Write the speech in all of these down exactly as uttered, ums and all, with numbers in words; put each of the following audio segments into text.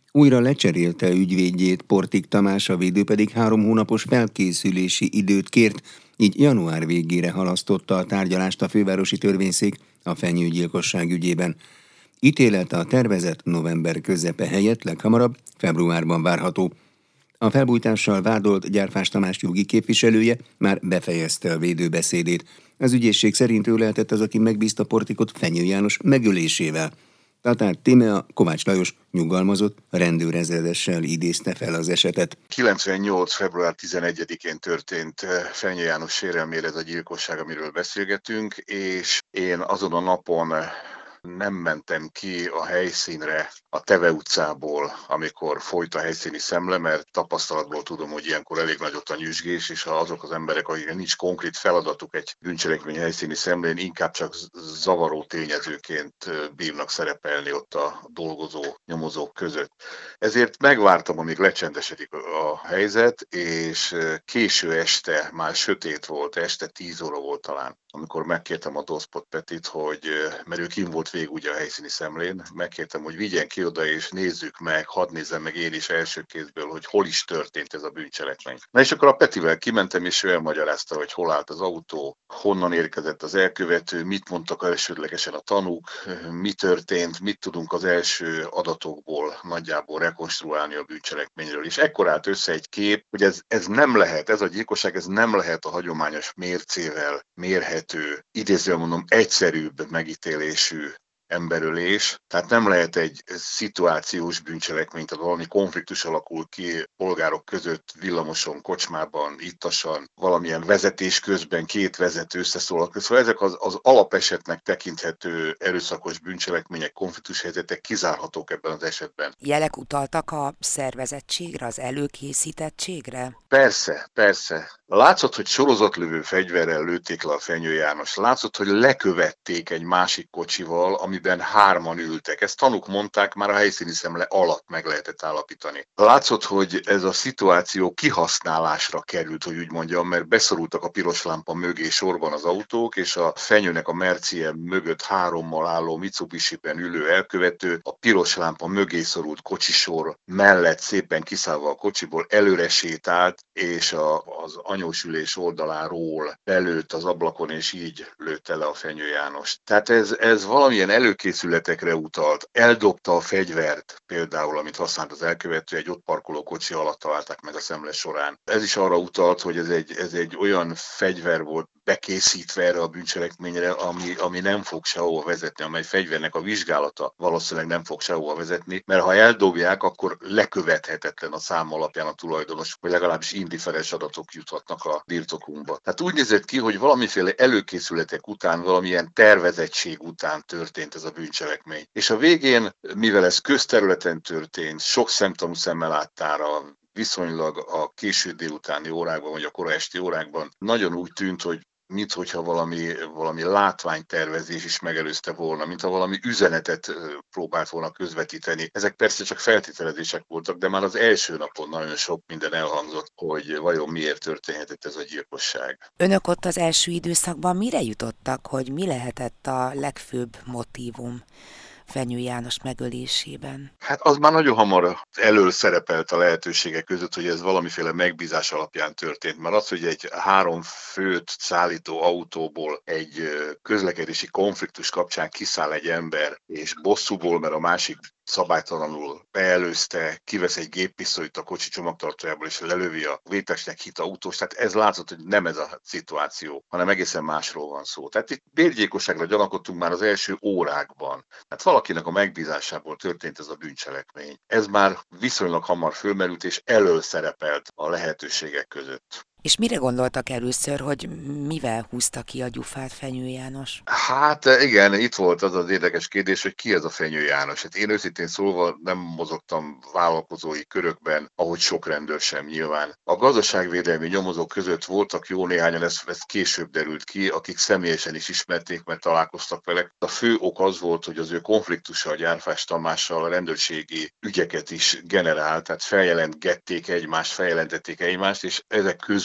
Újra lecserélte ügyvédjét, Portik Tamás, a védő pedig három hónapos felkészülési időt kért, így január végére halasztotta a tárgyalást a fővárosi törvényszék a fenyőgyilkosság ügyében. Ítélete a tervezett november közepe helyett leghamarabb februárban várható. A felbújtással vádolt Gyárfás Tamás jogi képviselője már befejezte a védőbeszédét. Az ügyészség szerint ő lehetett az, aki megbízta Portikot Fenyő János megölésével. Tatár Tímea, Kovács Lajos nyugalmazott rendőrezredessel idézte fel az esetet. kilencvennyolc február tizenegyedikén történt Fenyő János sérelmére ez a gyilkosság, amiről beszélgetünk, és én azon a napon nem mentem ki a helyszínre a Teve utcából, amikor folyt a helyszíni szemle, mert tapasztalatból tudom, hogy ilyenkor elég nagy ott a nyüzsgés, és ha azok az emberek, akiknek nincs konkrét feladatuk egy bűncselekmény helyszíni szemlén, inkább csak zavaró tényezőként bírnak szerepelni ott a dolgozó nyomozók között. Ezért megvártam, amíg lecsendesedik a helyzet, és késő este, már sötét volt, este tíz óra volt talán, amikor megkértem a Doszpot Petit, hogy, mert ő kim volt végig ugye a helyszíni szemlén, megkértem, hogy vigyen ki oda és nézzük meg, hadd nézzem meg én is első kézből, hogy hol is történt ez a bűncselekmény. Na és akkor a Petivel kimentem, és ő elmagyarázta, hogy hol állt az autó, honnan érkezett az elkövető, mit mondtak elsődlegesen a tanúk, mi történt, mit tudunk az első adatokból nagyjából rekonstruálni a bűncselekményről. És ekkor állt össze egy kép, hogy ez, ez nem lehet, ez a gyilkosság, ez nem lehet a hagyományos mércével mérhető, idézően mondom, egyszerűbb megítélésű emberölés, tehát nem lehet egy szituációs bűncselekmény, tehát valami konfliktus alakul ki polgárok között villamoson, kocsmában, ittasan, valamilyen vezetés közben két vezető összeszólal. Szóval ezek az, az alapesetnek tekinthető erőszakos bűncselekmények, konfliktus helyzetek kizárhatók ebben az esetben. Jelek utaltak a szervezettségre, az előkészítettségre? Persze, persze. Látszott, hogy sorozatlövő fegyverrel lőtték le a Fenyő János. Látszott, hogy lekövették egy másik kocsival, amiben hárman ültek. Ezt tanúk mondták, már a helyszíni szemle alatt meg lehetett állapítani. Látszott, hogy ez a szituáció kihasználásra került, hogy úgy mondjam, mert beszorultak a piros lámpa mögé sorban az autók, és a Fenyőnek a Mercie mögött hárommal álló Mitsubishi-ben ülő elkövető a piros lámpa mögé szorult kocsisor mellett szépen kiszállva a kocsiból előre sétált, és a, az anyósülés oldaláról belőtt az ablakon, és így lőtte le a Fenyő Jánost. Tehát ez, ez valamilyen előkészületekre utalt. Eldobta a fegyvert, például, amit használt az elkövető, egy ott parkoló kocsi alatt találták meg a szemle során. Ez is arra utalt, hogy ez egy, ez egy olyan fegyver volt bekészítve erre a bűncselekményre, ami, ami nem fog sehova vezetni, amely fegyvernek a vizsgálata valószínűleg nem fog sehova vezetni, mert ha eldobják, akkor lekövethetetlen a szám alapján a tulajdonos, vagy legalábbis indiferens adatok juthatnak a birtokunkba. Tehát úgy nézett ki, hogy valamiféle előkészületek után, valamilyen tervezettség után történt ez a bűncselekmény. És a végén, mivel ez közterületen történt, sok szemtanú szemmel láttára, viszonylag a késő délutáni órákban, vagy a kora esti órákban nagyon úgy tűnt, hogy minthogyha valami, valami látványtervezés is megelőzte volna, mintha valami üzenetet próbált volna közvetíteni. Ezek persze csak feltételezések voltak, de már az első napon nagyon sok minden elhangzott, hogy vajon miért történhetett ez a gyilkosság. Önök ott az első időszakban mire jutottak, hogy mi lehetett a legfőbb motívum Fenyő János megölésében? Hát az már nagyon hamar elől szerepelt a lehetőségek között, hogy ez valamiféle megbízás alapján történt. Mert az, hogy egy három főt szállító autóból egy közlekedési konfliktus kapcsán kiszáll egy ember, és bosszúból, mert a másik szabálytalanul beelőzte, kivesz egy géppisztolyt a kocsi csomagtartójából, és lelövi a vétesnek hit autós. Tehát ez látszott, hogy nem ez a szituáció, hanem egészen másról van szó. Tehát itt bérgyilkosságra gyanakodtunk már az első órákban. Tehát valakinek a megbízásából történt ez a bűncselekmény. Ez már viszonylag hamar fölmerült, és elől szerepelt a lehetőségek között. És mire gondoltak először, hogy mivel húzta ki a gyufát Fenyő János? Hát igen, itt volt az az érdekes kérdés, hogy ki ez a Fenyő János. Hát én őszintén szólva nem mozogtam vállalkozói körökben, ahogy sok rendőr sem nyilván. A gazdaságvédelmi nyomozók között voltak jó néhányan, ez, ez később derült ki, akik személyesen is ismerték, mert találkoztak vele. A fő ok az volt, hogy az ő konfliktusa a Gyárfás Tamással a rendőrségi ügyeket is generált, tehát feljelentgették egymást, feljelentették egymást, és ezek közül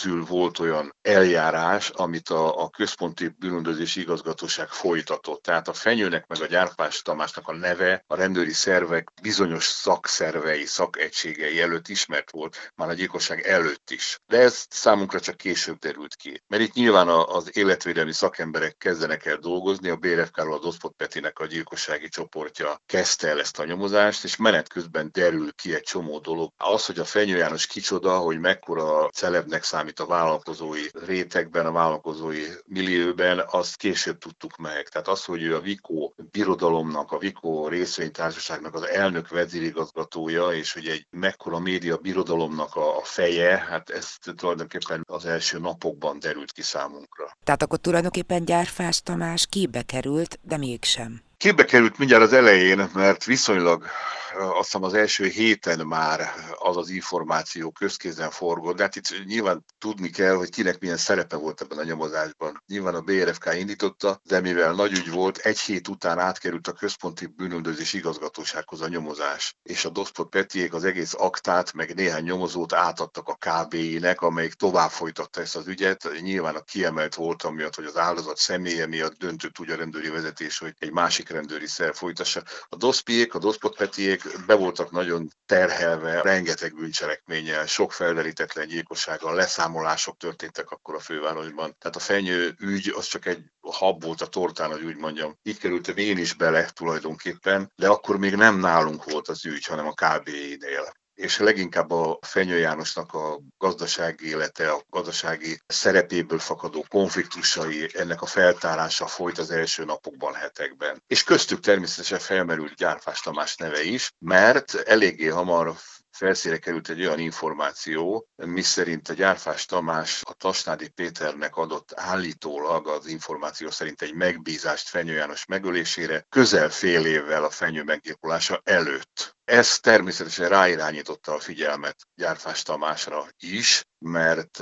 közül volt olyan eljárás, amit a, a Központi Bűnüldözési Igazgatóság folytatott. Tehát a Fenyőnek meg a Gyárfás Tamásnak a neve a rendőri szervek bizonyos szakszervei, szakegységei előtt ismert volt, már a gyilkosság előtt is. De ez számunkra csak később derült ki. Mert itt nyilván az életvédelmi szakemberek kezdenek el dolgozni, a bé er ef ká-ról a Doszpot Petinek a gyilkossági csoportja kezdte el ezt a nyomozást, és menet közben derül ki egy csomó dolog. Az, hogy a Fenyő János kicsoda, hogy mekkora celebnek számít a vállalkozói rétegben, a vállalkozói millióben, azt később tudtuk meg. Tehát az, hogy ő a Vikó birodalomnak, a Vikó részvénytársaságnak az elnök vezérigazgatója, és hogy egy mekkora média birodalomnak a feje, hát ez tulajdonképpen az első napokban derült ki számunkra. Tehát akkor tulajdonképpen Gyárfás Tamás képbe került, de mégsem. Képbe került mindjárt az elején, mert viszonylag azt hiszem az első héten már az az információ közkézen forgott, de hát itt nyilván tudni kell, hogy kinek milyen szerepe volt ebben a nyomozásban. Nyilván a bé er ef ká indította, de mivel nagy ügy volt, egy hét után átkerült a Központi Bűnüldözési Igazgatósághoz a nyomozás, és a Doszpot Petiék az egész aktát, meg néhány nyomozót átadtak a ká bé í-nek, amelyik tovább folytatta ezt az ügyet. Nyilván a kiemelt volt, amiatt, hogy az áldozat személye miatt döntött úgy a rendőri vezetés, hogy egy másik rendőri szerv folytassa. A doszpiék, a Doszpot Petiék be voltak nagyon terhelve, rengeteg bűncselekménnyel, sok felderítetlen gyilkossággal, leszámolások történtek akkor a fővárosban. Tehát a Fenyő ügy az csak egy hab volt a tortán, hogy úgy mondjam. Így kerültem én is bele tulajdonképpen, de akkor még nem nálunk volt az ügy, hanem a ká bé í-nél. És leginkább a Fenyő Jánosnak a gazdasági élete, a gazdasági szerepéből fakadó konfliktusai, ennek a feltárása folyt az első napokban, hetekben. És köztük természetesen felmerült Gyárfás Tamás neve is, mert eléggé hamar felszínre került egy olyan információ, miszerint a Gyárfás Tamás a Tasnádi Péternek adott állítólag az információ szerint egy megbízást Fenyő János megölésére közel fél évvel a Fenyő meggyilkolása előtt. Ez természetesen ráirányította a figyelmet Gyárfás Tamásra is, mert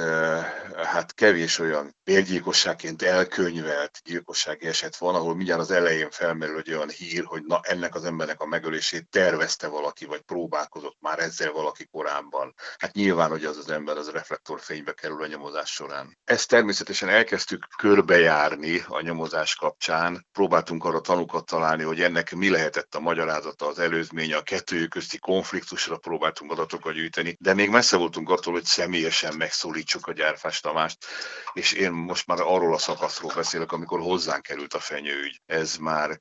hát kevés olyan bérgyilkosságként elkönyvelt gyilkossági eset van, ahol mindjárt az elején felmerül egy olyan hír, hogy na ennek az embernek a megölését tervezte valaki, vagy próbálkozott már ezzel valaki korábban. Hát nyilván, hogy az az ember az reflektorfénybe kerül a nyomozás során. Ezt természetesen elkezdtük körbejárni a nyomozás kapcsán. Próbáltunk arra tanúkat találni, hogy ennek mi lehetett a magyarázata, az előzménye, a kettőjük közti konfliktusra próbáltunk adatokat gyűjteni, de még messze voltunk attól, hogy személyesen megszólítsuk a Gyárfás Tamást, és én most már arról a szakaszról beszélek, amikor hozzánk került a Fenyő ügy. Ez már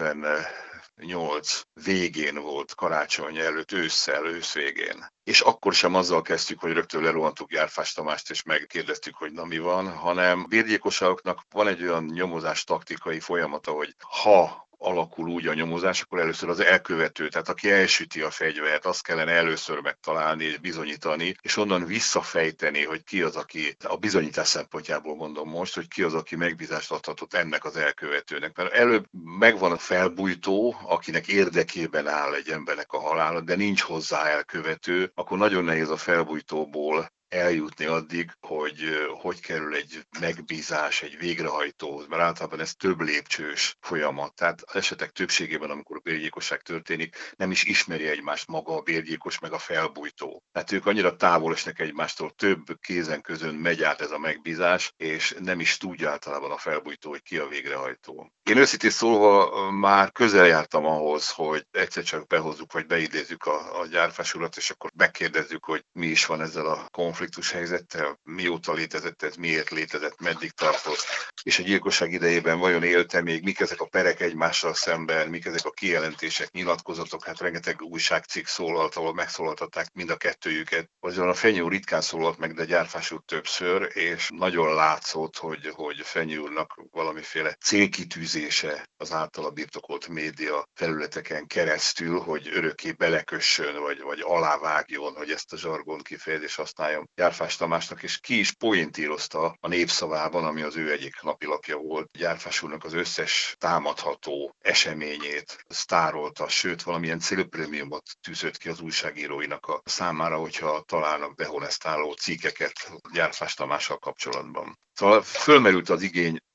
kilencvennyolc végén volt, karácsony előtt, ősszel, ősz végén. És akkor sem azzal kezdtük, hogy rögtön lerohantuk Gyárfás Tamást, és megkérdeztük, hogy na mi van, hanem bérgyilkosságoknak van egy olyan nyomozás taktikai folyamata, hogy ha alakul úgy a nyomozás, akkor először az elkövető, tehát aki elsüti a fegyvert, azt kellene először megtalálni és bizonyítani, és onnan visszafejteni, hogy ki az, aki, a bizonyítás szempontjából mondom most, hogy ki az, aki megbízást adhatott ennek az elkövetőnek. Mert előbb megvan a felbujtó, akinek érdekében áll egy embernek a halála, de nincs hozzá elkövető, akkor nagyon nehéz a felbujtóból eljutni addig, hogy hogy kerül egy megbízás, egy végrehajtóhoz, mert általában ez több lépcsős folyamat. Tehát az esetek többségében, amikor a bérgyilkosság történik, nem is ismeri egymást maga a bérgyilkos, meg a felbujtó. Tehát ők annyira távol esnek egymástól, több kézen közön megy át ez a megbízás, és nem is tudja általában a felbujtó, hogy ki a végrehajtó. Én őszintén szólva már közel jártam ahhoz, hogy egyszer csak behozzuk, vagy beidézzük a, a Gyárfás urat, és akkor megkérdezzük, hogy mi is van ezzel a konfliktus helyzettel, mióta létezett ez, miért létezett, meddig tartott, és a gyilkosság idejében vajon élte még, mik ezek a perek egymással szemben, mik ezek a kijelentések, nyilatkozatok, hát rengeteg újságcikk szólalt, ahol megszólaltatták mind a kettőjüket. Azon a Fenyő úr ritkán szólalt meg, de Gyárfás úr többször, és nagyon látszott, hogy, hogy Fenyő úrnak valamiféle célkitűzése az általa birtokolt média felületeken keresztül, hogy örökké belekössön, vagy, vagy alávágjon, hogy ezt a zsargon kifejezést használjon Gyárfás Tamásnak, és ki is pointírozta a Népszavában, ami az ő egyik napilapja volt. Gyárfás úrnak az összes támadható eseményét sztárolta, sőt valamilyen célprémiumot tűzött ki az újságíróinak a számára, hogyha találnak dehonestáló cikkeket Gyárfás Tamással kapcsolatban. Szóval fölmerült az igény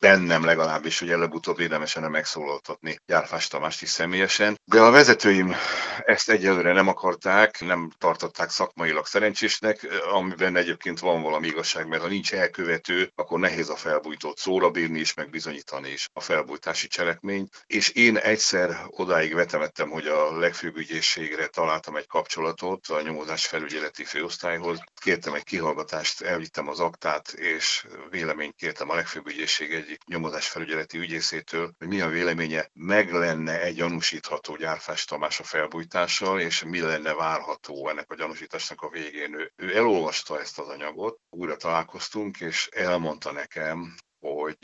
bennem legalábbis, hogy előbb-utóbb érdemesen megszólaltatni Gyárfás Tamást is személyesen. De a vezetőim ezt egyelőre nem akarták, nem tartották szakmailag szerencsésnek, amiben egyébként van valami igazság, mert ha nincs elkövető, akkor nehéz a felbújtót szóra bírni is, meg bizonyítani is a felbújtási cselekményt. És én egyszer odáig vetemettem, hogy a legfőbb ügyészségre találtam egy kapcsolatot a nyomozás felügyeleti főosztályhoz. Kértem egy kihallgatást, elvittem az aktát, és véleményt kértem a legfőbb ügyészség egyik nyomozás felügyeleti ügyészétől, hogy mi a véleménye, meg lenne egy gyanúsítható Gyárfás Tamás a felbújtással, és mi lenne várható ennek a gyanúsításnak a végén. Ő, ő elolvasta ezt az anyagot, újra találkoztunk, és elmondta nekem, hogy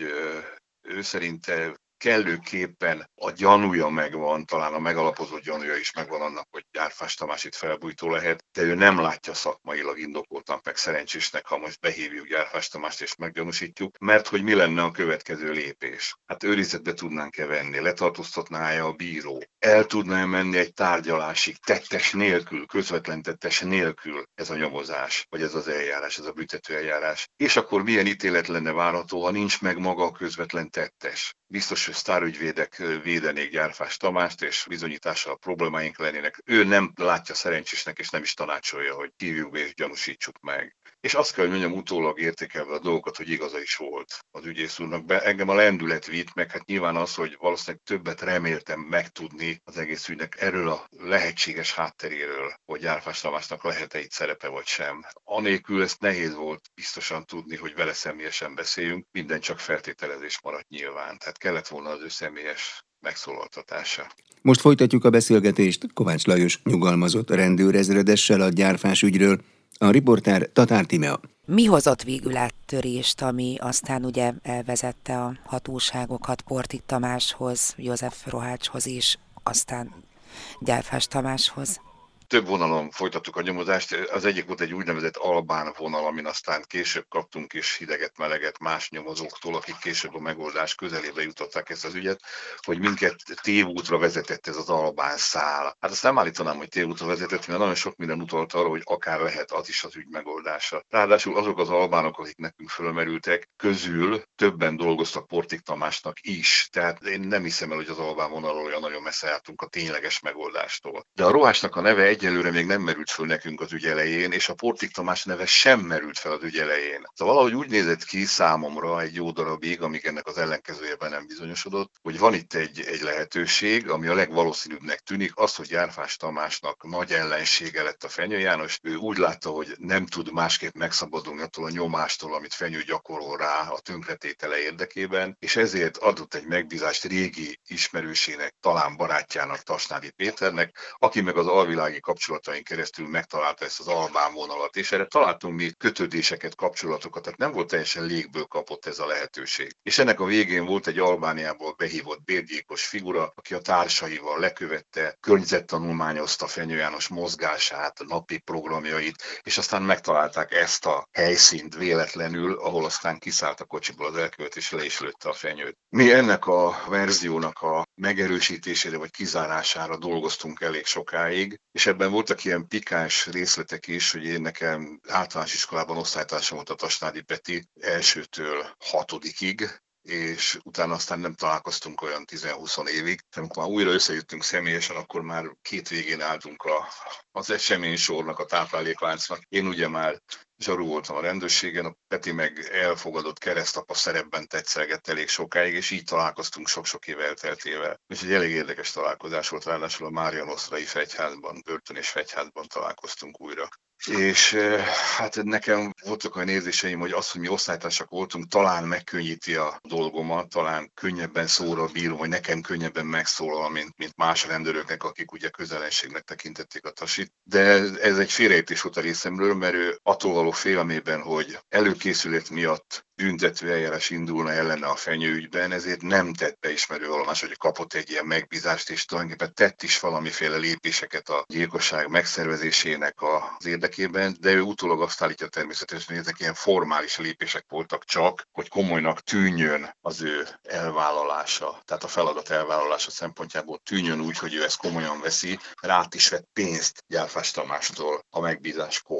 ő szerinte kellőképpen a gyanúja megvan, talán a megalapozott gyanúja is megvan annak, hogy Gyárfás Tamás itt felbújtó lehet, de ő nem látja szakmailag indokoltnak, meg szerencsésnek, ha most behívjuk Gyárfás Tamást és meggyanúsítjuk, mert hogy mi lenne a következő lépés? Hát őrizetbe tudnánk-e venni, letartóztatná-e a bíró, el tudná menni egy tárgyalásig, tettes nélkül, közvetlen tettes nélkül ez a nyomozás, vagy ez az eljárás, ez a büntető eljárás. És akkor milyen ítélet lenne várható, ha nincs meg maga a közvetlen tettes? Biztos, hogy sztárügyvédek védenék Gyárfás Tamást, és bizonyítással problémáink lennének. Ő nem látja szerencsésnek, és nem is tanácsolja, hogy hívjuk be és gyanúsítsuk meg. És azt kell, hogy mondjam, utólag értékelve a dolgokat, hogy igaza is volt az ügyész úrnak. Be, engem a lendület vitt, meg hát nyilván az, hogy valószínűleg többet reméltem megtudni az egész ügynek erről a lehetséges hátteréről, hogy Gyárfás Tamásnak lehet-e itt szerepe vagy sem. Anélkül ezt nehéz volt biztosan tudni, hogy vele személyesen beszéljünk, minden csak feltételezés maradt nyilván. Tehát kellett volna az ő személyes megszólaltatása. Most folytatjuk a beszélgetést Kovács Lajos nyugalmazott rendőrezredessel a Gyárfás ügyről, a riporter Tatár Tímea. Mi hozott végül áttörést, ami aztán ugye elvezette a hatóságokat Portik Tamáshoz, József Rohácshoz és aztán Gyárfás Tamáshoz? Több vonalon folytattuk a nyomozást. Az egyik volt egy úgynevezett albán vonal, amin aztán később kaptunk is hideget-meleget más nyomozóktól, akik később a megoldás közelébe jutották ezt az ügyet, hogy minket tévútra vezetett ez az albán szál. Hát azt nem állítanám, hogy tévútra vezetett, mert nagyon sok minden utalt arra, hogy akár lehet az is az ügy megoldása. Ráadásul azok az albánok, akik nekünk fölmerültek, közül többen dolgoztak Portik Tamásnak is. Tehát én nem hiszem el, hogy az albán vonalról olyan nagyon messze álltunk a tényleges megoldástól. De a Rohásnak a neve egyelőre még nem merült föl nekünk az ügy elején, és a Portik Tamás neve sem merült fel az ügy elején. Szóval valahogy úgy nézett ki számomra egy jó darabig, amíg ennek az ellenkezőjében nem bizonyosodott, hogy van itt egy, egy lehetőség, ami a legvalószínűbbnek tűnik, az, hogy Gyárfás Tamásnak nagy ellensége lett a Fenyő János. Ő úgy látta, hogy nem tud másképp megszabadulni attól a nyomástól, amit Fenyő gyakorol rá a tönkretétele érdekében, és ezért adott egy megbízást régi ismerősének, talán barátjának, Tasnádi Péternek, aki meg az alvilági kapcsolataink keresztül megtalálta ezt az albán vonalat, és erre találtunk mi kötődéseket, kapcsolatokat, tehát nem volt teljesen légből kapott ez a lehetőség. És ennek a végén volt egy Albániából behívott bérgyilkos figura, aki a társaival lekövette, környezettanulmányozta Fenyő János mozgását, napi programjait, és aztán megtalálták ezt a helyszínt véletlenül, ahol aztán kiszállt a kocsiból az elkövet, és le is lőtte a fenyőt. Mi ennek a verziónak a megerősítésére vagy kizárására dolgoztunk elég sokáig, és ebben voltak ilyen pikáns részletek is, hogy én nekem általános iskolában osztálytársam volt a Tasnádi Peti elsőtől hatodikig, és utána aztán nem találkoztunk olyan tíz-húsz évig. Amikor már újra összejöttünk személyesen, akkor már két végén álltunk a, az eseménysornak, a táplálékláncnak. Én ugye már zsarú voltam a rendőrségen, a Peti meg elfogadott keresztapa szerepben tetszelgett elég sokáig, és így találkoztunk sok-sok év elteltével. És egy elég érdekes találkozás volt, ráadásul a Mária Nosztrai fegyházban, börtön és fegyházban találkoztunk újra. És hát nekem voltak olyan érzéseim, hogy az, hogy mi osztálytársak voltunk, talán megkönnyíti a dolgomat, talán könnyebben szóra bírom, vagy nekem könnyebben megszólal, mint, mint más rendőröknek, akik ugye közelenségnek tekintették a Tasit. De ez egy félreértés volt a részemről, mert ő attól való félelmében, hogy előkészület miatt büntető eljárás indulna ellene a Fenyő ügyben, ezért nem tett beismerő vallomás, hogy kapott egy ilyen megbízást, és tulajdonképpen tett is valamiféle lépéseket a gyilkosság megszervezésének az érdekében, de ő utólag azt állítja természetesen, hogy ezek ilyen formális lépések voltak csak, hogy komolynak tűnjön az ő elvállalása, tehát a feladat elvállalása szempontjából tűnjön úgy, hogy ő ezt komolyan veszi, rát is vett pénzt Gyárfás Tamástól a megbízáskor.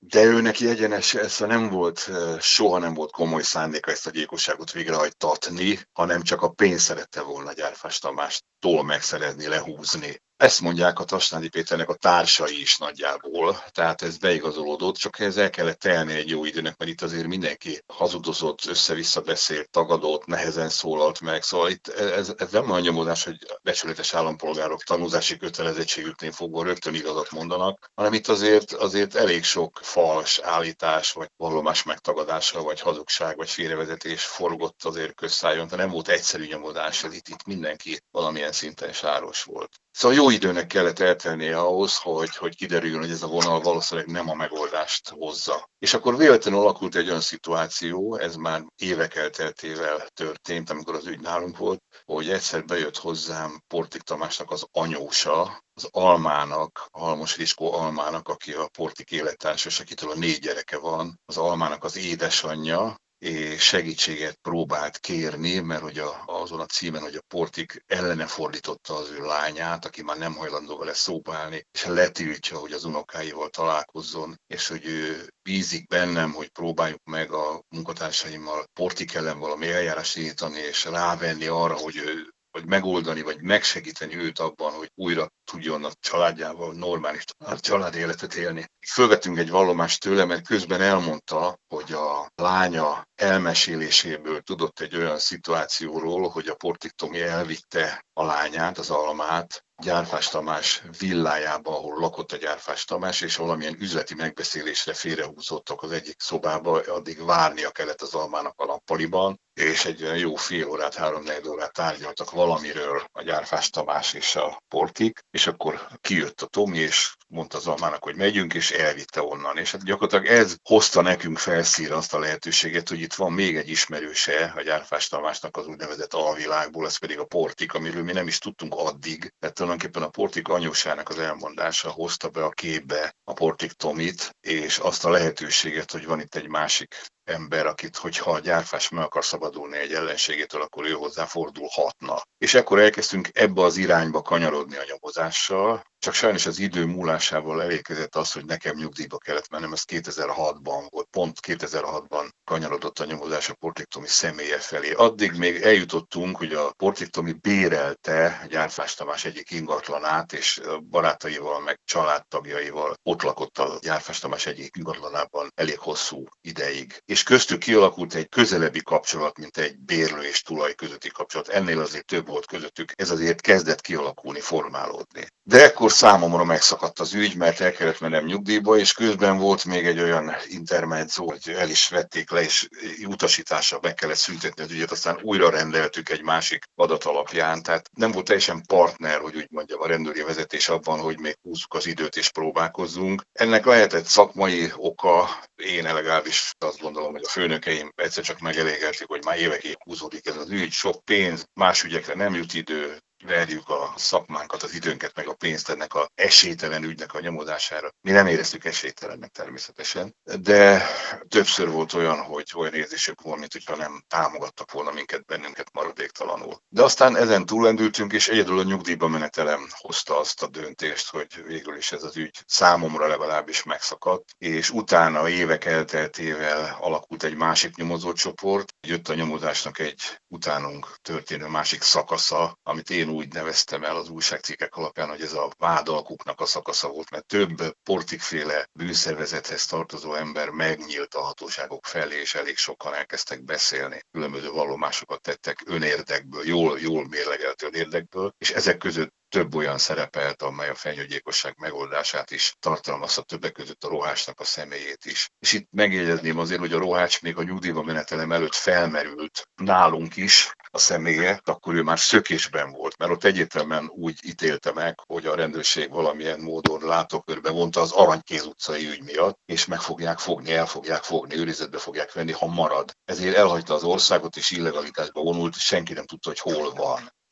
De ő neki egyenes, ez nem volt, soha nem volt komoly szándéka ezt a gyilkosságot végrehajtatni, hanem csak a pénzt szerette volna Gyárfás Tamástól megszerezni, lehúzni. Ezt mondják a Tasnádi Péternek a társai is nagyjából, tehát ez beigazolódott, csak ez el kellett telni egy jó időnek, mert itt azért mindenki hazudozott, össze-vissza beszélt, tagadott, nehezen szólalt meg, szóval itt ez, ez nem a nyomozás, hogy becsületes állampolgárok tanúzási kötelezettségüknél fogva rögtön igazat mondanak, hanem itt azért, azért elég sok fals állítás, vagy vallomás megtagadása, vagy hazugság, vagy félrevezetés forgott azért közszájon, de nem volt egyszerű nyomozás, ez itt, itt mindenki valamilyen szinten sáros volt. Szóval jó időnek kellett eltelnie ahhoz, hogy, hogy kiderüljön, hogy ez a vonal valószínűleg nem a megoldást hozza. És akkor véletlenül alakult egy olyan szituáció, ez már évek elteltével történt, amikor az ügy nálunk volt, hogy egyszer bejött hozzám Portik Tamásnak az anyósa, az Almának, Halmos Riskó Almának, aki a Portik élettársas, akitől a négy gyereke van, az Almának az édesanyja, és segítséget próbált kérni, mert hogy a, azon a címen, hogy a Portik ellene fordította az ő lányát, aki már nem hajlandó vele szóba állni, és letiltja, hogy az unokáival találkozzon, és hogy ő bízik bennem, hogy próbáljuk meg a munkatársaimmal Portik ellen valami eljárást indítani, és rávenni arra, hogy ő vagy megoldani, vagy megsegíteni őt abban, hogy újra tudjon a családjával normális család életet élni. Fölvettünk egy vallomást tőle, mert közben elmondta, hogy a lánya elmeséléséből tudott egy olyan szituációról, hogy a Portik Tomi elvitte a lányát, az Almát, Gyárfás Tamás villájába, ahol lakott a Gyárfás Tamás, és valamilyen üzleti megbeszélésre félrehúzottak az egyik szobába, addig várnia kellett az Almának a nappaliban, és egy olyan jó fél órát, három-négy órát tárgyaltak valamiről a Gyárfás Tamás és a Portik, és akkor kijött a Tomi, és mondta az Almának, hogy megyünk, és elvitte onnan. És hát gyakorlatilag ez hozta nekünk felszínre azt a lehetőséget, hogy itt van még egy ismerőse a Gyárfás Tamásnak az úgynevezett alvilágból, ez pedig a Portik, amiről mi nem is tudtunk addig. Tehát tulajdonképpen a Portik anyósának az elmondása hozta be a képbe a Portik Tomit, és azt a lehetőséget, hogy van itt egy másik ember, akit, hogyha a Gyárfás meg akar szabadulni egy ellenségétől, akkor ő hozzá fordulhatna. És ekkor elkezdtünk ebbe az irányba kanyarodni a nyomozással, csak sajnos az idő múlásával elérkezett az, hogy nekem nyugdíjba kellett mennem, ez kétezer-hatban volt, pont kétezer-hatban kanyarodott a nyomozás a Portik Tomi személye felé. Addig még eljutottunk, hogy a Portik Tomi bérelte a Gyárfás Tamás egyik ingatlanát, és barátaival, meg családtagjaival ott lakott a Gyárfás Tamás egyik ingatlanában elég hosszú ideig. És köztük kialakult egy közelebbi kapcsolat, mint egy bérlő és tulaj közötti kapcsolat. Ennél azért több volt közöttük, ez azért kezdett kialakulni, formálódni. De ekkor számomra megszakadt az ügy, mert el kellett mennem nyugdíjba, és közben volt még egy olyan intermezzo, hogy el is vették le, és utasításra meg kellett szüntetni az ügyet, aztán újra rendeltük egy másik adat alapján. Tehát nem volt teljesen partner, hogy úgy mondjam, a rendőri vezetés abban, hogy még húzzuk az időt és próbálkozzunk. Ennek lehetett szakmai oka, én legalábbis azt gondolom, hogy a főnökeim egyszer csak megelégelték, hogy már évekig húzódik ez az ügy, sok pénz, más ügyekre nem jut idő, verjük a szakmánkat, az időnket, meg a pénzt ennek a esélytelen ügynek a nyomozására. Mi nem éreztük esélytelennek természetesen, de többször volt olyan, hogy olyan érzésük volt, mint hogyha nem támogattak volna minket, bennünket maradéktalanul. De aztán ezen túlendültünk, és egyedül a nyugdíjba menetelem hozta azt a döntést, hogy végül is ez az ügy számomra legalábbis megszakadt, és utána évek elteltével alakult egy másik nyomozócsoport, jött a nyomozásnak egy utánunk történő másik szakasza, amit én úgy neveztem el az újságcikkek alapján, hogy ez a vádalkuknak a szakasza volt, mert több Portikféle bűnszervezethez tartozó ember megnyílt a hatóságok felé, és elég sokan elkezdtek beszélni. Különböző vallomásokat tettek önérdekből, jól, jól mérlegelt önérdekből, és ezek között több olyan szerepelt, amely a fenyőgyilkosság megoldását is tartalmazta, többek között a Rohácsnak a személyét is. És itt megjegyezném azért, hogy a Rohács még a nyugdíjba menetelem előtt felmerült nálunk is a személye, akkor ő már szökésben volt, mert ott egyértelműen úgy ítélte meg, hogy a rendőrség valamilyen módon látókörbe vonta az Aranykéz utcai ügy miatt, és meg fogják fogni, el fogják fogni, őrizetbe fogják venni, ha marad. Ezért elhagyta az országot, és illegalitásba vonult, senki nem tudta, hogy hol van.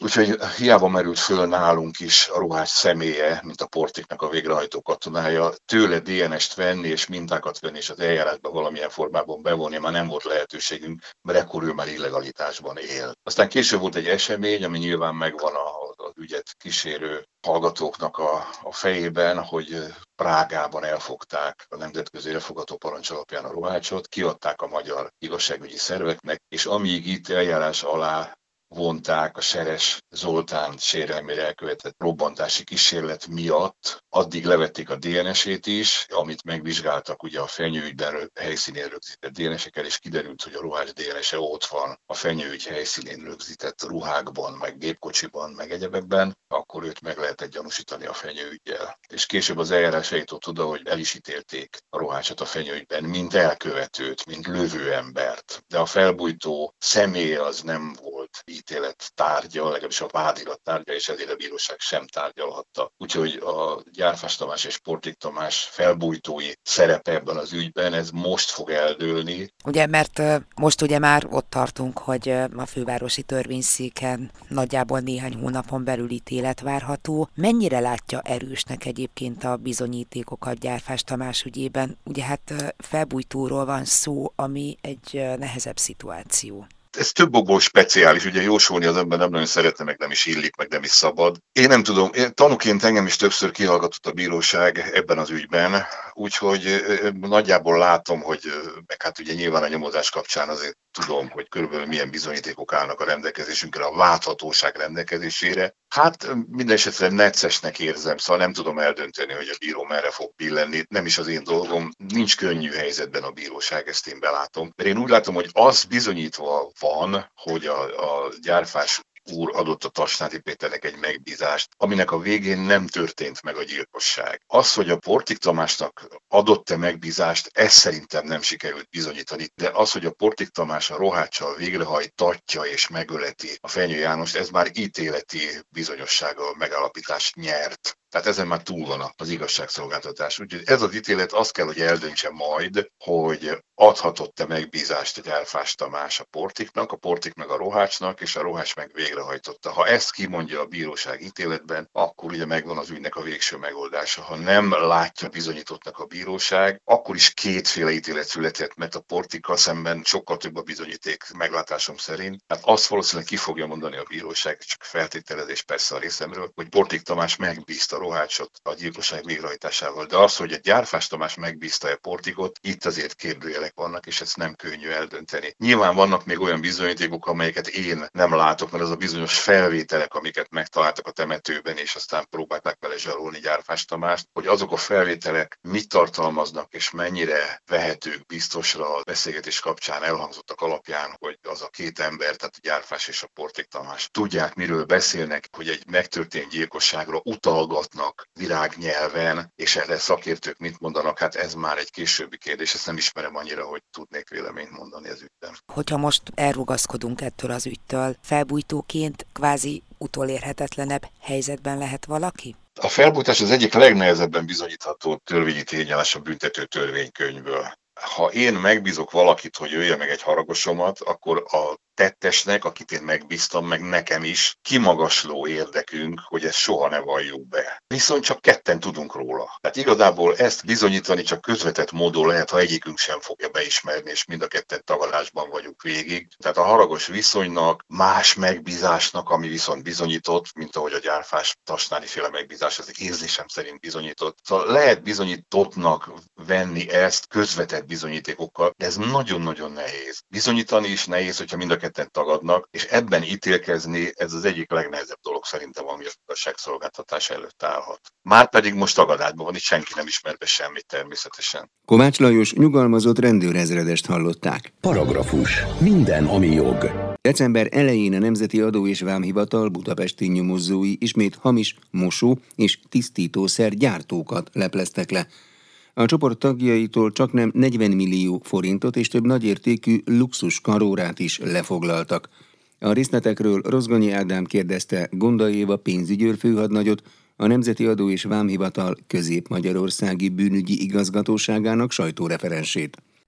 Úgyhogy hiába merült föl nálunk is a Ruhács személye, mint a Portiknak a végrehajtó katonája, tőle dé en est venni és mintákat venni és az eljárásba valamilyen formában bevonni, már nem volt lehetőségünk, mert ekkor ő már illegalitásban él. Aztán később volt egy esemény, ami nyilván megvan az ügyet kísérő hallgatóknak a, a fejében, hogy Prágában elfogták a nemzetközi elfogató parancs alapján a Ruhácsot, kiadták a magyar igazságügyi szerveknek, és amíg itt eljárás alá vonták a Seres Zoltán sérelmére elkövetett robbantási kísérlet miatt, addig levették a dé en esét is, amit megvizsgáltak ugye a fenyőügyben helyszínén rögzített dé en esekkel, és kiderült, hogy a Ruhács dé en ese ott van a fenyőügy helyszínén rögzített ruhákban, meg gépkocsiban, meg egyebekben, akkor őt meg lehetett gyanúsítani a fenyőüggyel. És később az eljárás eljutott oda, hogy el is ítélték a Ruhácsot a fenyőügyben, mint elkövetőt, mint lövőembert. De a felbujtó személy az nem volt ítélet tárgya, legalábbis a vádirat tárgya, és ezért a bíróság sem tárgyalhatta. Úgyhogy a Gyárfás Tamás és Portik Tamás felbujtói szerepe ebben az ügyben, ez most fog eldőlni. Ugye, mert most ugye már ott tartunk, hogy a fővárosi törvényszéken nagyjából néhány hónapon belül ítélet várható. Mennyire látja erősnek egyébként a bizonyítékokat Gyárfás Tamás ügyében? Ugye hát felbujtóról van szó, ami egy nehezebb szituáció. Ez több okból speciális, ugye jósolni az ember nem nagyon szeretne, meg nem is illik, meg nem is szabad. Én nem tudom, én, tanúként engem is többször kihallgatott a bíróság ebben az ügyben, úgyhogy nagyjából látom, hogy meg hát ugye nyilván a nyomozás kapcsán azért tudom, hogy körülbelül milyen bizonyítékok állnak a rendelkezésünkre, a láthatóság rendelkezésére. Hát minden esetre neccesnek érzem, szóval nem tudom eldönteni, hogy a bíró merre fog billenni. Nem is az én dolgom, nincs könnyű helyzetben a bíróság, ezt én belátom. Mert én úgy látom, hogy az bizonyítva van, hogy a, a Gyárfás úr adott a Tasnádi Péternek egy megbízást, aminek a végén nem történt meg a gyilkosság. Az, hogy a Portik Tamásnak adott-e megbízást, ezt szerintem nem sikerült bizonyítani, de az, hogy a Portik Tamás a Roháccsal végrehajtatja és megöleti a Fenyő Jánost, ez már ítéleti bizonyossággal megállapítást nyert. Tehát ezen már túl van az igazságszolgáltatás. Úgyhogy ez az ítélet azt kell, hogy eldöntse majd, hogy adhatott-e megbízást a Gyárfás Tamás a Portiknak, a Portik meg a Rohácsnak, és a Rohács meg végrehajtotta. Ha ezt kimondja a bíróság ítéletben, akkor ugye megvan az ügynek a végső megoldása. Ha nem látja bizonyítottnak a bíróság, akkor is kétféle ítélet született, mert a Portikkal szemben sokkal több a bizonyíték meglátásom szerint. Hát azt valószínűleg ki fogja mondani a bíróság, csak feltételezés persze a részemről, hogy Portik Tamás megbízta Rohácsot a gyilkosság végrehajtásával. De az, hogy a Gyárfás Tamás megbízta a Portikot, itt azért kérdőjelek vannak, és ezt nem könnyű eldönteni. Nyilván vannak még olyan bizonyítékok, amelyeket én nem látok, mert az a bizonyos felvételek, amiket megtaláltak a temetőben, és aztán próbálták vele zsarolni Gyárfás Tamást, hogy azok a felvételek mit tartalmaznak, és mennyire vehetők biztosra a beszélgetés kapcsán elhangzottak alapján, hogy az a két ember, tehát a Gyárfás és a Portik Tamás tudják, miről beszélnek, hogy egy megtörtént gyilkosságra utalgatnak virágnyelven, és erre szakértők mit mondanak, hát ez már egy későbbi kérdés, ezt nem ismerem annyira, hogy tudnék véleményt mondani az ügyben. Hogyha most elrugaszkodunk ettől az ügytől, felbujtóként kvázi utolérhetetlenebb helyzetben lehet valaki? A felbujtás az egyik legnehezebben bizonyítható törvényi tényállás a büntető törvénykönyvből. Ha én megbízok valakit, hogy jöjjön meg egy haragosomat, akkor a tettesnek, akit én megbíztam, meg nekem is kimagasló érdekünk, hogy ezt soha ne valljuk be. Viszont csak ketten tudunk róla. Tehát igazából ezt bizonyítani csak közvetett módon lehet, ha egyikünk sem fogja beismerni, és mind a ketten tagadásban vagyunk végig. Tehát a haragos viszonynak, más megbízásnak, ami viszont bizonyított, mint ahogy a Gyárfás Tasnádi féle megbízás, az érzésem szerint bizonyított. Szóval lehet bizonyítottnak venni ezt közvetett bizonyítékokkal, de ez nagyon-nagyon nehéz. Bizonyítani is nehéz, hogyha mind a ketten tagadnak, és ebben ítélkezni, ez az egyik legnehezebb dolog szerintem, ami a igazságszolgáltatás előtt állhat. Márpedig most tagadásban van, itt senki nem ismer be semmit természetesen. Kovács Lajos nyugalmazott rendőrezredest hallották. Paragrafus. Minden, ami jog. December elején a Nemzeti Adó és Vámhivatal budapesti nyomozói ismét hamis mosó- és tisztítószer gyártókat lepleztek le. A csoport tagjaitól csaknem negyven millió forintot és több nagyértékű luxus karórát is lefoglaltak. A részletekről Rozgonyi Ádám kérdezte Gondai Éva pénzügyőr főhadnagyot, a Nemzeti Adó és Vámhivatal Közép-Magyarországi Bűnügyi Igazgatóságának sajtóreferensét.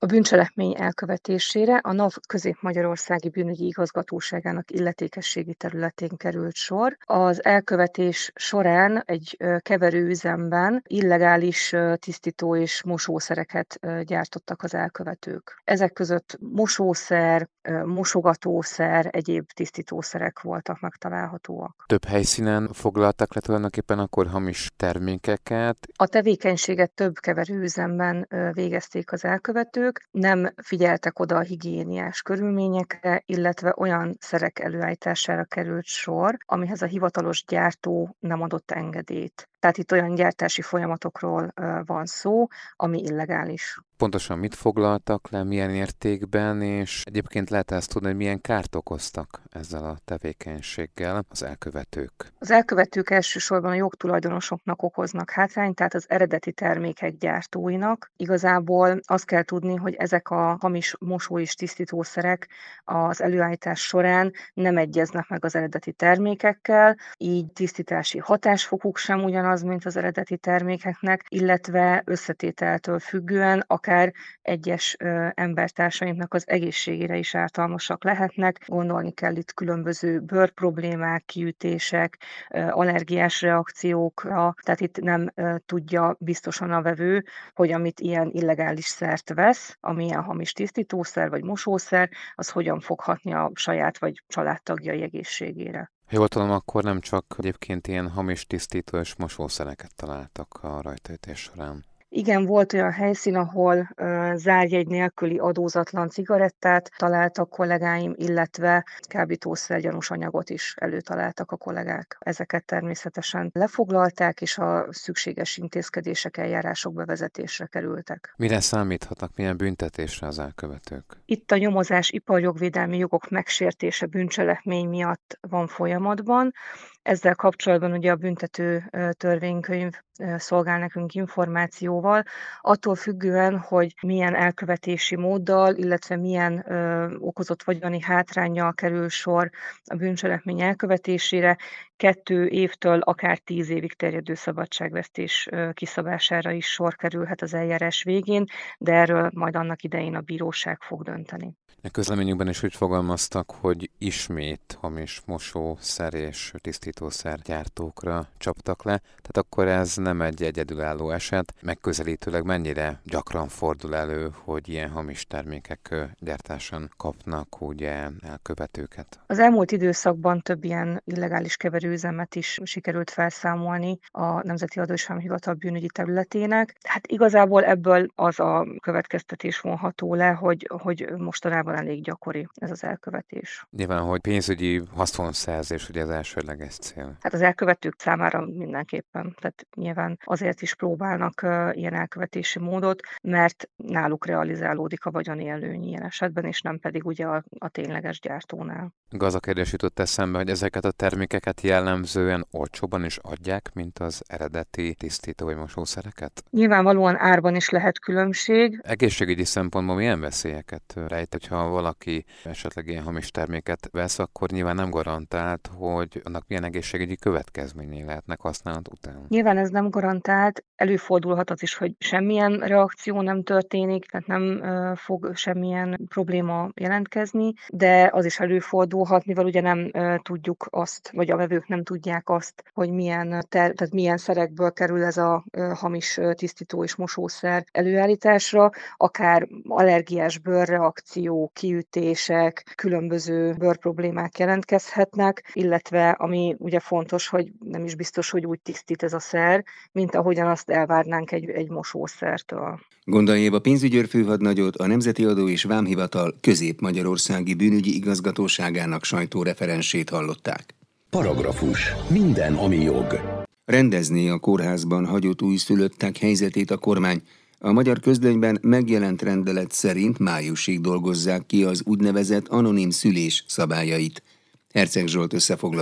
A bűncselekmény elkövetésére a NAV Közép-Magyarországi Bűnügyi Igazgatóságának illetékességi területén került sor. Az elkövetés során egy keverőüzemben illegális tisztító és mosószereket gyártottak az elkövetők. Ezek között mosószer, mosogatószer, egyéb tisztítószerek voltak megtalálhatóak. Több helyszínen foglaltak le tulajdonképpen akkor hamis termékeket? A tevékenységet több keverőüzemben végezték az elkövetők, nem figyeltek oda a higiéniás körülményekre, illetve olyan szerek előállítására került sor, amihez a hivatalos gyártó nem adott engedélyt. Tehát itt olyan gyártási folyamatokról van szó, ami illegális. Pontosan mit foglaltak le, milyen értékben, és egyébként lehet ezt tudni, hogy milyen kárt okoztak ezzel a tevékenységgel az elkövetők? Az elkövetők elsősorban a jogtulajdonosoknak okoznak hátrányt, tehát az eredeti termékek gyártóinak. Igazából azt kell tudni, hogy ezek a hamis mosó- és tisztítószerek az előállítás során nem egyeznek meg az eredeti termékekkel, így tisztítási hatásfokuk sem ugyanaz, mint az eredeti termékeknek, illetve összetételtől függően akár egyes ö, embertársainknak az egészségére is ártalmasak lehetnek. Gondolni kell itt különböző bőrproblémák, kiütések, ö, allergiás reakciókra, tehát itt nem ö, tudja biztosan a vevő, hogy amit ilyen illegális szert vesz, ami ilyen hamis tisztítószer vagy mosószer, az hogyan fog hatni a saját vagy családtagjai egészségére. Ha jól tudom, akkor nem csak egyébként ilyen hamis tisztító és mosószereket találtak a rajtaütés során. Igen, volt olyan helyszín, ahol ö, zárjegy nélküli adózatlan cigarettát találtak kollégáim, illetve kábítószer gyanús anyagot is előtaláltak a kollégák. Ezeket természetesen lefoglalták, és a szükséges intézkedések, eljárások bevezetésre kerültek. Mire számíthatnak, milyen büntetésre az elkövetők? Itt a nyomozás iparjogvédelmi jogok megsértése bűncselekmény miatt van folyamatban. Ezzel kapcsolatban ugye a büntető törvénykönyv szolgál nekünk információval, attól függően, hogy milyen elkövetési móddal, illetve milyen ö, okozott vagyoni hátránnyal kerül sor a bűncselekmény elkövetésére, kettő évtől akár tíz évig terjedő szabadságvesztés ö, kiszabására is sor kerülhet az eljárás végén, de erről majd annak idején a bíróság fog dönteni. A közleményükben is úgy fogalmaztak, hogy ismét hamis mosószer és tisztítószer gyártókra csaptak le, tehát akkor ez nem egy egyedülálló eset. Megközelítőleg mennyire gyakran fordul elő, hogy ilyen hamis termékek gyártásán kapnak ugye elkövetőket? Az elmúlt időszakban több ilyen illegális keverőüzemet is sikerült felszámolni a Nemzeti Adó és Vámhivatal bűnügyi területének. Hát igazából ebből az a következtetés vonható le, hogy, hogy mostanában elég gyakori ez az elkövetés. Nyilván, hogy pénzügyi haszonszerzés ugye az elsődleges cél. Hát az elkövetők számára mindenképpen. Tehát nyilván azért is próbálnak uh, ilyen elkövetési módot, mert náluk realizálódik a vagyoni előny ilyen esetben, és nem pedig ugye a, a tényleges gyártónál. Az a kérdés jutott eszembe, hogy ezeket a termékeket jellemzően olcsóban is adják, mint az eredeti tisztító vagy mosószereket? Nyilvánvalóan árban is lehet különbség. Egészségügyi szempontból milyen veszélyeket rejt, hogyha valaki esetleg ilyen hamis terméket vesz, akkor nyilván nem garantált, hogy annak milyen egészségügyi következményei lehetnek használat után. Nyilván ez nem garantált, előfordulhat az is, hogy semmilyen reakció nem történik, tehát nem uh, fog semmilyen probléma jelentkezni, de az is előfordulhat, mivel ugye nem uh, tudjuk azt, vagy a vevők nem tudják azt, hogy milyen, ter- tehát milyen szerekből kerül ez a uh, hamis uh, tisztító és mosószer előállításra, akár allergiás bőrreakció, kiütések, különböző bőrproblémák jelentkezhetnek, illetve ami ugye fontos, hogy nem is biztos, hogy úgy tisztít ez a szer, mint ahogyan azt elvárnánk egy, egy mosószertől. Gondai Éva pénzügyőr főhadnagyot, a Nemzeti Adó és Vámhivatal Közép-Magyarországi Bűnügyi Igazgatóságának sajtóreferensét hallották. Paragrafus. Minden, ami jog. Rendezné a kórházban hagyott újszülöttek helyzetét a kormány. A Magyar Közlönyben megjelent rendelet szerint májusig dolgozzák ki az úgynevezett anonim szülés szabályait. Herceg Zsolt összefoglalója.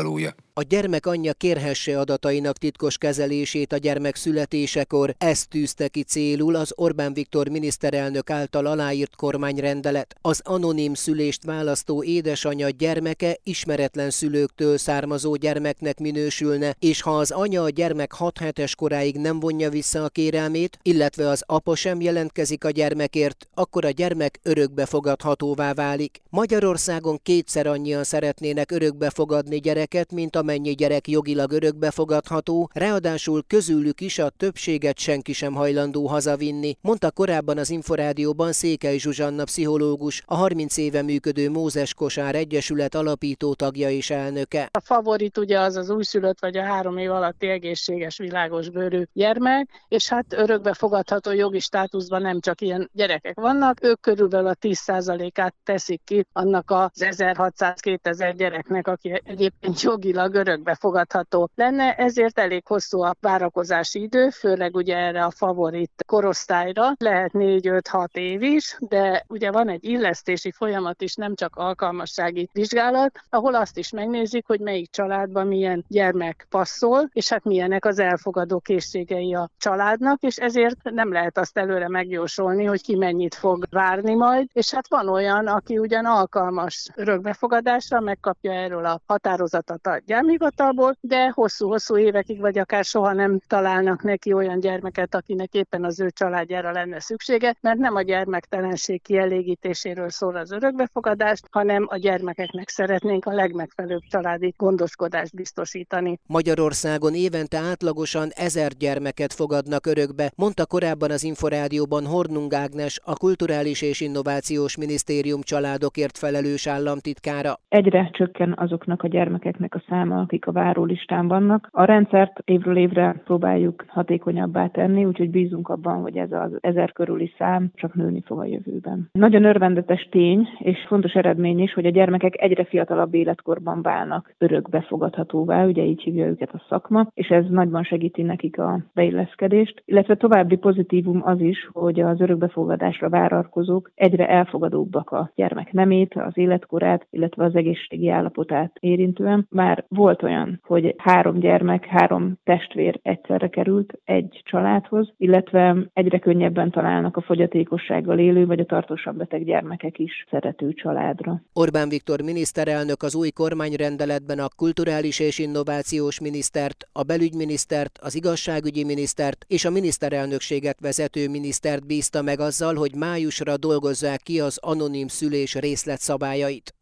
A gyermek anyja kérhesse adatainak titkos kezelését a gyermek születésekor, ezt tűzte ki célul az Orbán Viktor miniszterelnök által aláírt kormányrendelet. Az anonim szülést választó édesanya gyermeke ismeretlen szülőktől származó gyermeknek minősülne, és ha az anya a gyermek hat hetes koráig nem vonja vissza a kérelmét, illetve az apa sem jelentkezik a gyermekért, akkor a gyermek örökbefogadhatóvá válik. Magyarországon kétszer annyian szeretnének örökbefogadni gyereket, mint amennyi gyerek jogilag örökbefogadható, ráadásul közülük is a többséget senki sem hajlandó hazavinni, mondta korábban az Inforádióban Székely Zsuzsanna pszichológus, a harminc éve működő Mózes Kosár Egyesület alapító tagja és elnöke. A favorit ugye az az újszülött vagy a három év alatti egészséges, világos bőrű gyermek, és hát örökbefogadható jogi státuszban nem csak ilyen gyerekek vannak, ők körülbelül a tíz százalékát teszik ki annak az ezerhatszáz-kétezer gyereknek, aki egyébként jogilag örökbefogadható lenne, ezért elég hosszú a várakozási idő, főleg ugye erre a favorit korosztályra, lehet négy-öt-hat év is, de ugye van egy illesztési folyamat is, nem csak alkalmassági vizsgálat, ahol azt is megnézik, hogy melyik családban milyen gyermek passzol, és hát milyenek az elfogadó készségei a családnak, és ezért nem lehet azt előre megjósolni, hogy ki mennyit fog várni majd, és hát van olyan, aki ugyan alkalmas örökbefogadásra, megkapja erről a határozatot a gyámhivatalból, de hosszú-hosszú évekig, vagy akár soha nem találnak neki olyan gyermeket, akinek éppen az ő családjára lenne szüksége, mert nem a gyermektelenség kielégítéséről szól az örökbefogadás, hanem a gyermekeknek szeretnénk a legmegfelelőbb családi gondoskodást biztosítani. Magyarországon évente átlagosan ezer gyermeket fogadnak örökbe, mondta korábban az Inforádióban Hornung Ágnes, a Kulturális és Innovációs Minisztérium családokért felelős államtitkára. Egyre csökken azoknak a gyermekeknek a száma, akik a várólistán vannak. A rendszert évről évre próbáljuk hatékonyabbá tenni, úgyhogy bízunk abban, hogy ez az ezer körüli szám csak nőni fog a jövőben. Nagyon örvendetes tény, és fontos eredmény is, hogy a gyermekek egyre fiatalabb életkorban válnak örökbefogadhatóvá, ugye így hívja őket a szakma, és ez nagyban segíti nekik a beilleszkedést, illetve további pozitívum az is, hogy az örökbefogadásra várakozók egyre elfogadóbbak a gyermek nemét, az életkorát, illetve az egészségi állapotát érintően. Már volt olyan, hogy három gyermek, három testvér egyszerre került egy családhoz, illetve egyre könnyebben találnak a fogyatékossággal élő vagy a tartósan beteg gyermekek is szerető családra. Orbán Viktor miniszterelnök az új kormányrendeletben a kulturális és innovációs minisztert, a belügyminisztert, az igazságügyi minisztert és a miniszterelnökséget vezető minisztert bízta meg azzal, hogy májusra dolgozzák ki az anonim szülés részletszabályait.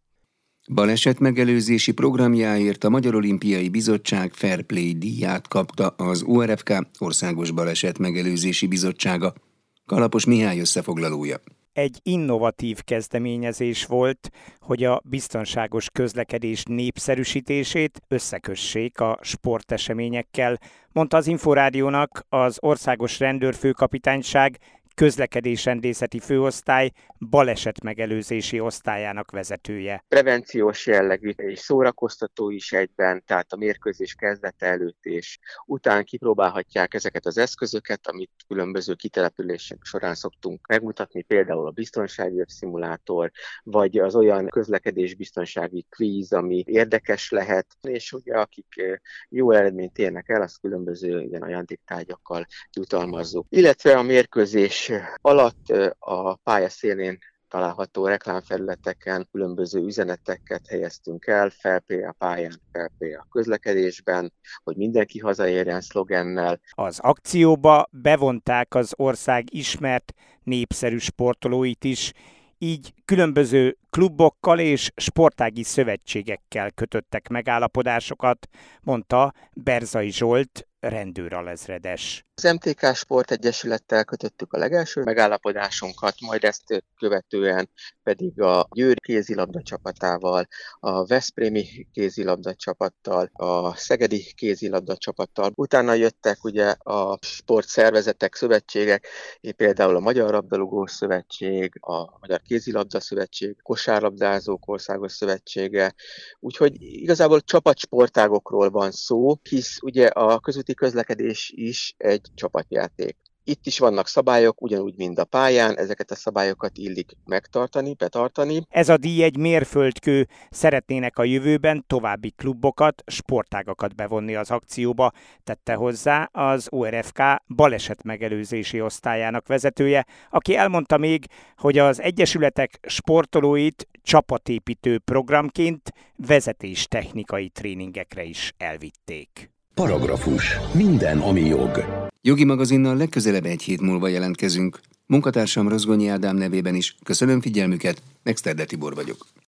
Balesetmegelőzési programjáért a Magyar Olimpiai Bizottság Fair Play díját kapta az o er ef ká Országos Balesetmegelőzési Bizottsága. Kalapos Mihály összefoglalója. Egy innovatív kezdeményezés volt, hogy a biztonságos közlekedés népszerűsítését összekössék a sporteseményekkel, mondta az Inforádiónak az Országos Rendőrfőkapitányság közlekedésrendészeti főosztály balesetmegelőzési osztályának vezetője. Prevenciós jellegű és szórakoztató is egyben, tehát a mérkőzés kezdete előtt és után kipróbálhatják ezeket az eszközöket, amit különböző kitelepülések során szoktunk megmutatni, például a biztonsági szimulátor, vagy az olyan közlekedésbiztonsági kvíz, ami érdekes lehet, és ugye akik jó eredményt érnek el, azt különböző ilyen ajándéktárgyakkal jutalmazzuk. Illetve a mérkőzés alatt a pálya szélén található reklámfelületeken különböző üzeneteket helyeztünk el, Fair Play a pályán, Fair Play a közlekedésben, hogy mindenki hazaérjen szlogennel. Az akcióba bevonták az ország ismert népszerű sportolóit is, így különböző klubokkal és sportági szövetségekkel kötöttek megállapodásokat, mondta Berzai Zsolt, rendőralezredes. Az em té ká Sportegyesülettel kötöttük a legelső megállapodásunkat, majd ezt követően pedig a Győri kézilabda csapatával, a veszprémi kézilabda csapattal, a szegedi kézilabda csapattal. Utána jöttek ugye a sportszervezetek, szövetségek, például a Magyar Labdarúgó Szövetség, a Magyar Kézilabda Szövetség, Kosárlabdázók Országos Szövetsége. Úgyhogy igazából csapatsportágokról van szó, hisz ugye a közúti közlekedés is egy csapatjáték. Itt is vannak szabályok, ugyanúgy, mint a pályán, ezeket a szabályokat illik megtartani, betartani. Ez a díj egy mérföldkő, szeretnének a jövőben további klubokat, sportágakat bevonni az akcióba, tette hozzá az o er ef ká balesetmegelőzési osztályának vezetője, aki elmondta még, hogy az egyesületek sportolóit csapatépítő programként vezetéstechnikai tréningekre is elvitték. Paragrafus. Minden, ami jog. Jogi magazinnal legközelebb egy hét múlva jelentkezünk. Munkatársam Rozgonyi Ádám nevében is köszönöm figyelmüket, Exterde Tibor vagyok.